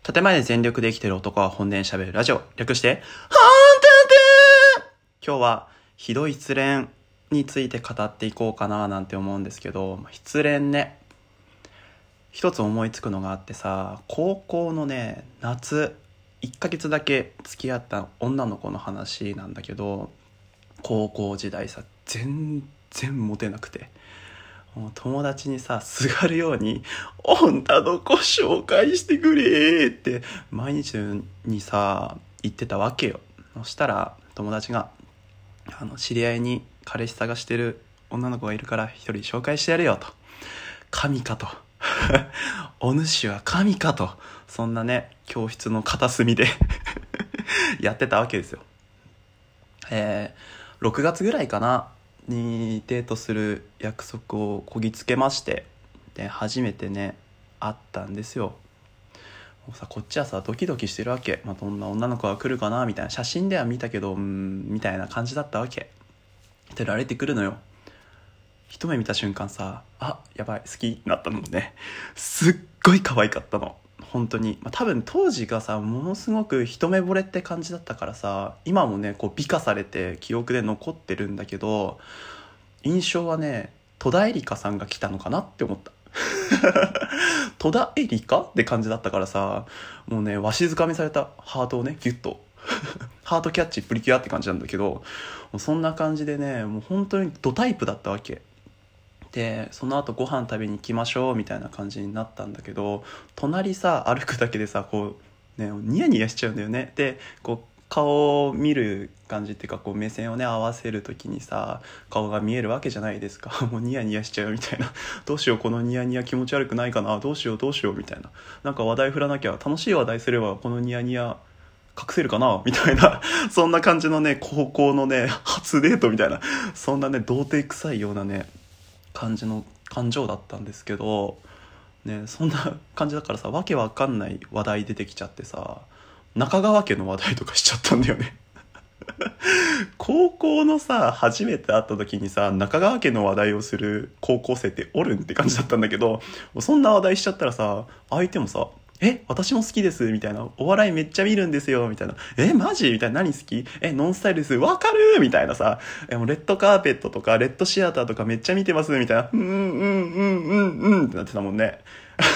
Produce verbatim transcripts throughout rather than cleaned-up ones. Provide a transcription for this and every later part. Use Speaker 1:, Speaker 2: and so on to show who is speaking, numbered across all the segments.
Speaker 1: 建前で全力で生きてる男は本音で喋るラジオ。略して、はーんてんてん。今日はひどい失恋について語っていこうかななんて思うんですけど、失恋ね。一つ思いつくのがあってさ、高校のね、夏、いっかげつだけ付き合った女の子の話なんだけど、高校時代さ、全然モテなくて。もう友達にさすがるように女の子紹介してくれって毎日にさ言ってたわけよ。そしたら友達があの知り合いに彼氏探してる女の子がいるから一人紹介してやるよと。神かとお主は神かと、そんなね教室の片隅でやってたわけですよ。えー、ろくがつぐらいかなにデートする約束をこぎつけまして、で初めてね会ったんですよ。もうさこっちはさドキドキしてるわけ、まあ、どんな女の子が来るかなみたいな、写真では見たけどうーんみたいな感じだったわけで、られてくるのよ。一目見た瞬間さ、あやばい好きになったのね。すっごい可愛かったの本当に、まあ、多分当時がさものすごく一目惚れって感じだったからさ、今もねこう美化されて記憶で残ってるんだけど、印象はね戸田恵梨香さんが来たのかなって思った戸田恵梨香って感じだったからさ、もうねわしづかみされたハートをねギュッとハートキャッチプリキュアって感じなんだけど、もうそんな感じでねもう本当にドタイプだったわけで、その後ご飯食べに行きましょうみたいな感じになったんだけど、隣さ歩くだけでさこうねニヤニヤしちゃうんだよね。でこう顔を見る感じっていうか、こう目線をね合わせる時にさ顔が見えるわけじゃないですか。もうニヤニヤしちゃうみたいなどうしようこのニヤニヤ気持ち悪くないかな、どうしようどうしようみたいな、なんか話題振らなきゃ、楽しい話題すればこのニヤニヤ隠せるかなみたいなそんな感じのね高校のね初デートみたいな、そんなね童貞臭いようなね感じの感情だったんですけどね、そんな感じだからさわけわかんない話題出てきちゃってさ、中川家の話題とかしちゃったんだよね高校のさ初めて会った時にさ中川家の話題をする高校生っておるんって感じだったんだけど、そんな話題しちゃったらさ相手もさえ私も好きですみたいな、お笑いめっちゃ見るんですよみたいな、えマジみたいな、何好き、えノンスタイルですわかるみたいなさ、えもうレッドカーペットとかレッドシアターとかめっちゃ見てますみたいな、うんうんうんうんうんってなってたもんね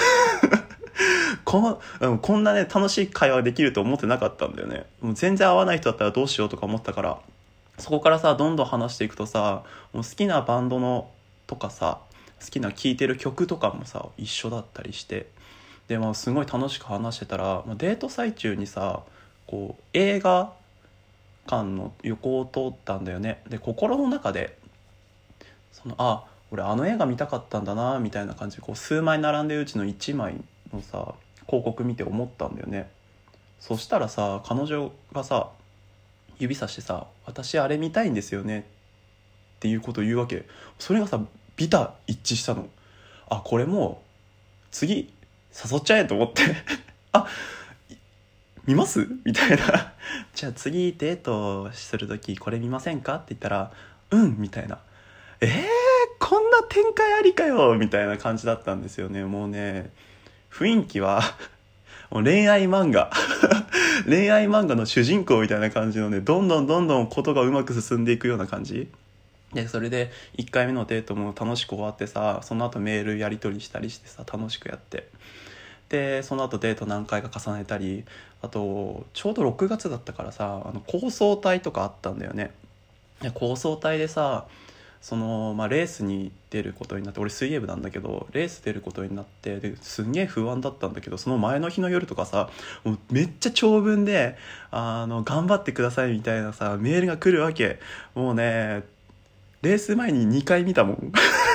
Speaker 1: こ, こんなね楽しい会話できると思ってなかったんだよね。もう全然合わない人だったらどうしようとか思ったから、そこからさどんどん話していくとさ、もう好きなバンドのとかさ好きな聴いてる曲とかもさ一緒だったりして、でもすごい楽しく話してたらデート最中にさこう映画館の横を通ったんだよね。で心の中でそのあ俺あの映画見たかったんだなみたいな感じで、こう数枚並んでるうちのいちまいのさ広告見て思ったんだよね。そしたらさ彼女がさ指さしてさ私あれ見たいんですよねっていうことを言うわけ。それがさビタ一致したの。あこれもう次誘っちゃえと思ってあ見ますみたいなじゃあ次デートする時これ見ませんかって言ったらうんみたいな、えー、こんな展開ありかよみたいな感じだったんですよね。もうね雰囲気はもう恋愛漫画恋愛漫画の主人公みたいな感じのね、どんどんどんどんことがうまく進んでいくような感じで、それでいっかいめのデートも楽しく終わってさ、その後メールやり取りしたりしてさ楽しくやって、でその後デート何回か重ねたり、あとちょうどろくがつだったからさあの高層隊とかあったんだよね。で高層隊でさその、まあ、レースに出ることになって、俺水泳部なんだけどレース出ることになって、ですんげえ不安だったんだけど、その前の日の夜とかさもうめっちゃ長文であの頑張ってくださいみたいなさメールが来るわけ。もうねレース前ににかい見たもん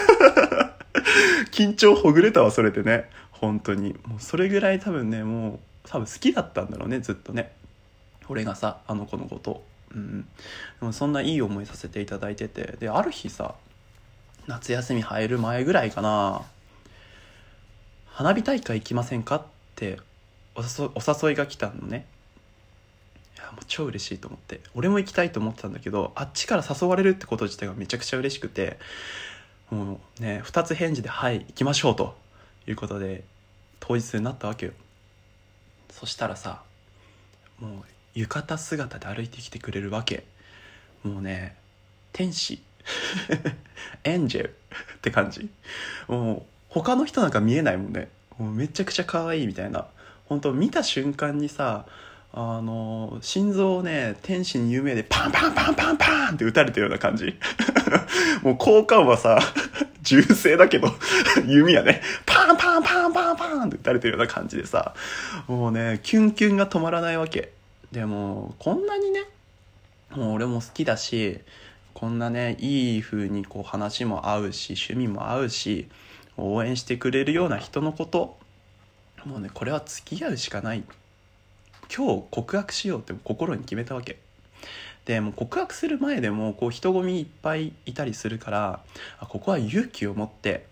Speaker 1: 緊張ほぐれたわそれでね。本当にもうそれぐらい多分ねもう多分好きだったんだろうねずっとね、俺がさあの子のことを。うん、でもそんないい思いさせていただいてて、である日さ夏休み入る前ぐらいかな、花火大会行きませんかってお誘い、お誘いが来たのね。いやもう超嬉しいと思って、俺も行きたいと思ってたんだけど、あっちから誘われるってこと自体がめちゃくちゃ嬉しくて、もうねふたつ返事ではい行きましょうということで当日になったわけよ。 そしたらさ、もう浴衣姿で歩いてきてくれるわけ。もうね、天使エンジェルって感じ。もう他の人なんか見えないもんね。もうめちゃくちゃ可愛いみたいな。本当見た瞬間にさ、あの心臓をね、天使に夢でパンパンパンパンパンって打たれてるような感じもう効果音はさ銃声だけど弓やね、パンパンパンパンパンって打たれてるような感じでさ、もうねキュンキュンが止まらないわけで。もこんなにね、もう俺も好きだし、こんなねいい風にこう話も合うし趣味も合うし応援してくれるような人のこと、もうねこれは付き合うしかない。今日告白しようって心に決めたわけで、もう告白する前でもこう人混みいっぱいいたりするから、あここは勇気を持って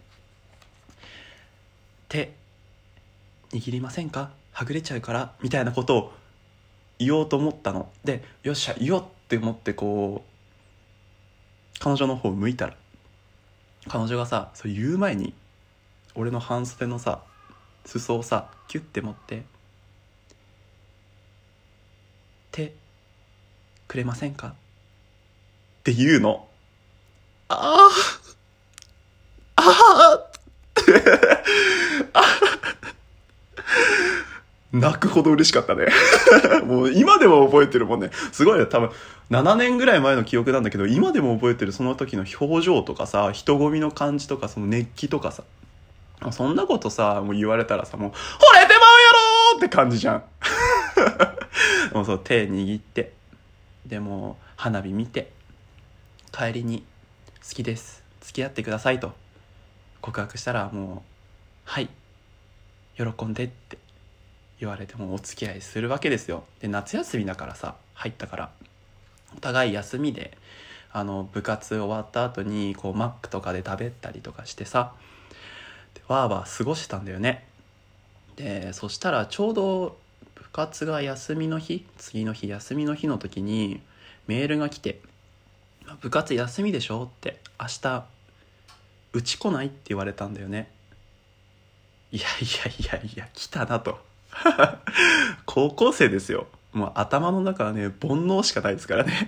Speaker 1: 手握りませんか、はぐれちゃうからみたいなことを言おうと思ったので、よっしゃ言おうって思ってこう彼女の方を向いたら、彼女がさそう言う前に俺の半袖のさ裾をさキュッて持って手くれませんかって言うの。ああああ泣くほど嬉しかったねもう今でも覚えてるもんね。すごいね、多分ななねんぐらい前の記憶なんだけど、今でも覚えてるその時の表情とかさ、人混みの感じとか、その熱気とかさ、そんなことさもう言われたらさ、もう惚れてまうやろって感じじゃんもうそう手握って、でも花火見て帰りに好きです付き合ってくださいと告白したら、もうはい喜んでって言われて、もうお付き合いするわけですよ。で夏休みだからさ、入ったからお互い休みで、あの部活終わった後にこうマックとかで食べたりとかしてさ、でわーわー過ごしたんだよね。でそしたらちょうど部活が休みの日、次の日休みの日の時にメールが来て、部活休みでしょって明日うち来ないって言われたんだよね。いやいやいやいや来たなと高校生ですよ。もう頭の中はね煩悩しかないですからね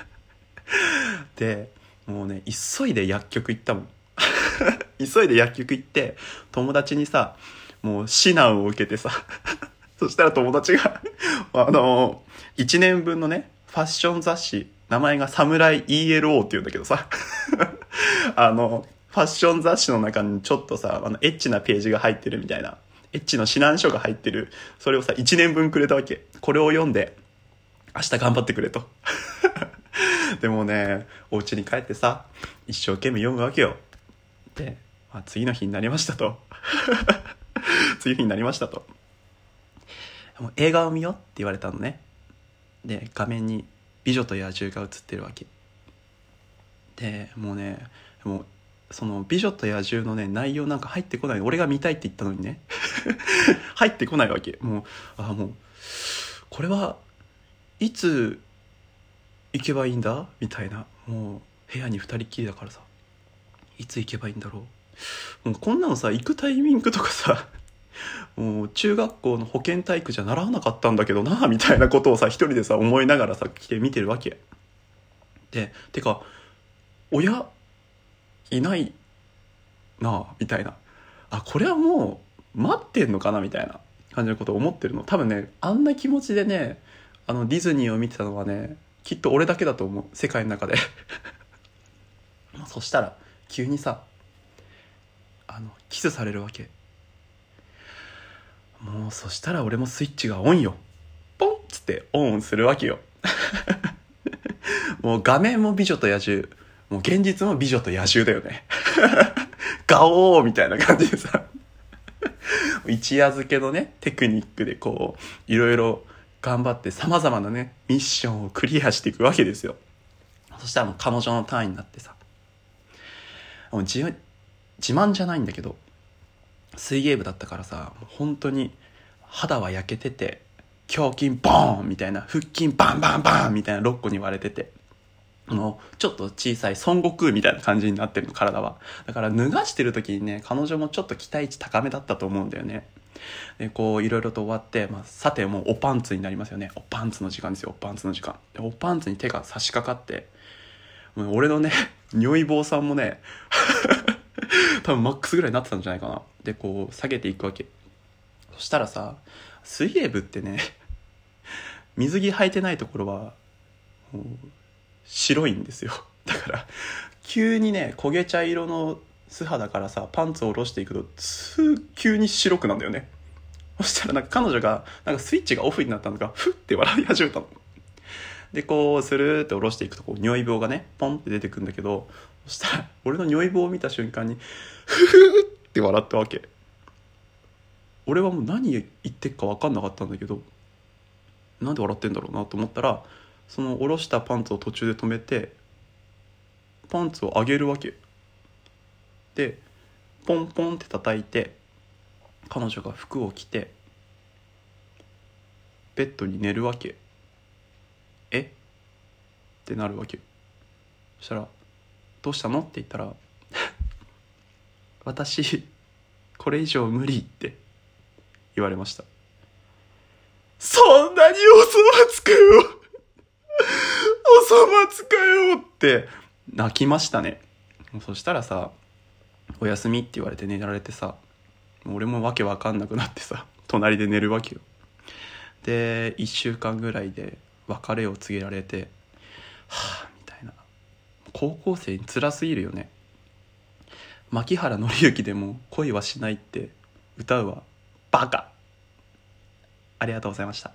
Speaker 1: でもうね急いで薬局行ったもん急いで薬局行って友達にさもう指南を受けてさそしたら友達があのいちねんぶんのねファッション雑誌、名前がサムライ イーエルオー って言うんだけどさあのファッション雑誌の中にちょっとさあのエッチなページが入ってるみたいな、エッチの指南書が入ってる、それをさいちねんぶんくれたわけ。これを読んで明日頑張ってくれとでもねお家に帰ってさ一生懸命読むわけよ。で、まあ、次の日になりましたと次の日になりましたともう映画を見ようって言われたのね。で画面に美女と野獣が映ってるわけで、もうねもうその美女と野獣のね内容なんか入ってこない。俺が見たいって言ったのにね入ってこないわけ。もうあもうこれはいつ行けばいいんだみたいな、もう部屋に二人っきりだからさ、いつ行けばいいんだろう。もうこんなのさ行くタイミングとかさもう中学校の保健体育じゃ習わなかったんだけどなみたいなことをさ一人でさ思いながらさ来て見てるわけで、てか親いないなあみたいな、あこれはもう待ってんのかなみたいな感じのことを思ってるの。多分ねあんな気持ちでねあのディズニーを見てたのはねきっと俺だけだと思う、世界の中でそしたら急にさあのキスされるわけ。もうそしたら俺もスイッチがオンよ。ポンっつってオンするわけよもう画面も美女と野獣、もう現実も美女と野獣だよねガオーみたいな感じでさ一夜漬けのねテクニックでこういろいろ頑張ってさまざまなねミッションをクリアしていくわけですよ。そしたらもう彼女のターンになってさ、もう 自, 自慢じゃないんだけど水泳部だったからさ、もう本当に肌は焼けてて胸筋ボーンみたいな、腹筋バンバンバンみたいなろっこに割れてて、あのちょっと小さい孫悟空みたいな感じになってるの体は。だから脱がしてる時にね彼女もちょっと期待値高めだったと思うんだよね。 でこういろいろと終わって、まあ、さてもうおパンツになりますよね。おパンツの時間ですよ。おパンツの時間でおパンツに手が差し掛かって、もう俺のね如意棒さんもね多分マックスぐらいになってたんじゃないかな。でこう下げていくわけ。そしたらさ、水泳部ってね水着履いてないところはもう白いんですよ。だから急にね焦げ茶色の素肌からさパンツを下ろしていくとつ急に白くなんだよね。そしたらなんか彼女がなんかスイッチがオフになったのかふって笑い始めたの。でこうスルーって下ろしていくとこう如意棒がねポンって出てくるんだけど、そしたら俺の如意棒を見た瞬間にフフーって笑ったわけ。俺はもう何言ってっか分かんなかったんだけど、なんで笑ってんだろうなと思ったら、その下ろしたパンツを途中で止めてパンツを上げるわけで、ポンポンって叩いて彼女が服を着てベッドに寝るわけ。えってなるわけ。そしたらどうしたのって言ったら私これ以上無理って言われました。そんなにお粗末かよお粗末かよって泣きましたね。そしたらさ、おやすみって言われて寝られてさ、俺もわけわかんなくなってさ隣で寝るわけよ。でいっしゅうかんぐらいで別れを告げられて、はぁみたいな。高校生に辛すぎるよね。牧原紀之でも恋はしないって歌うわバカ。ありがとうございました。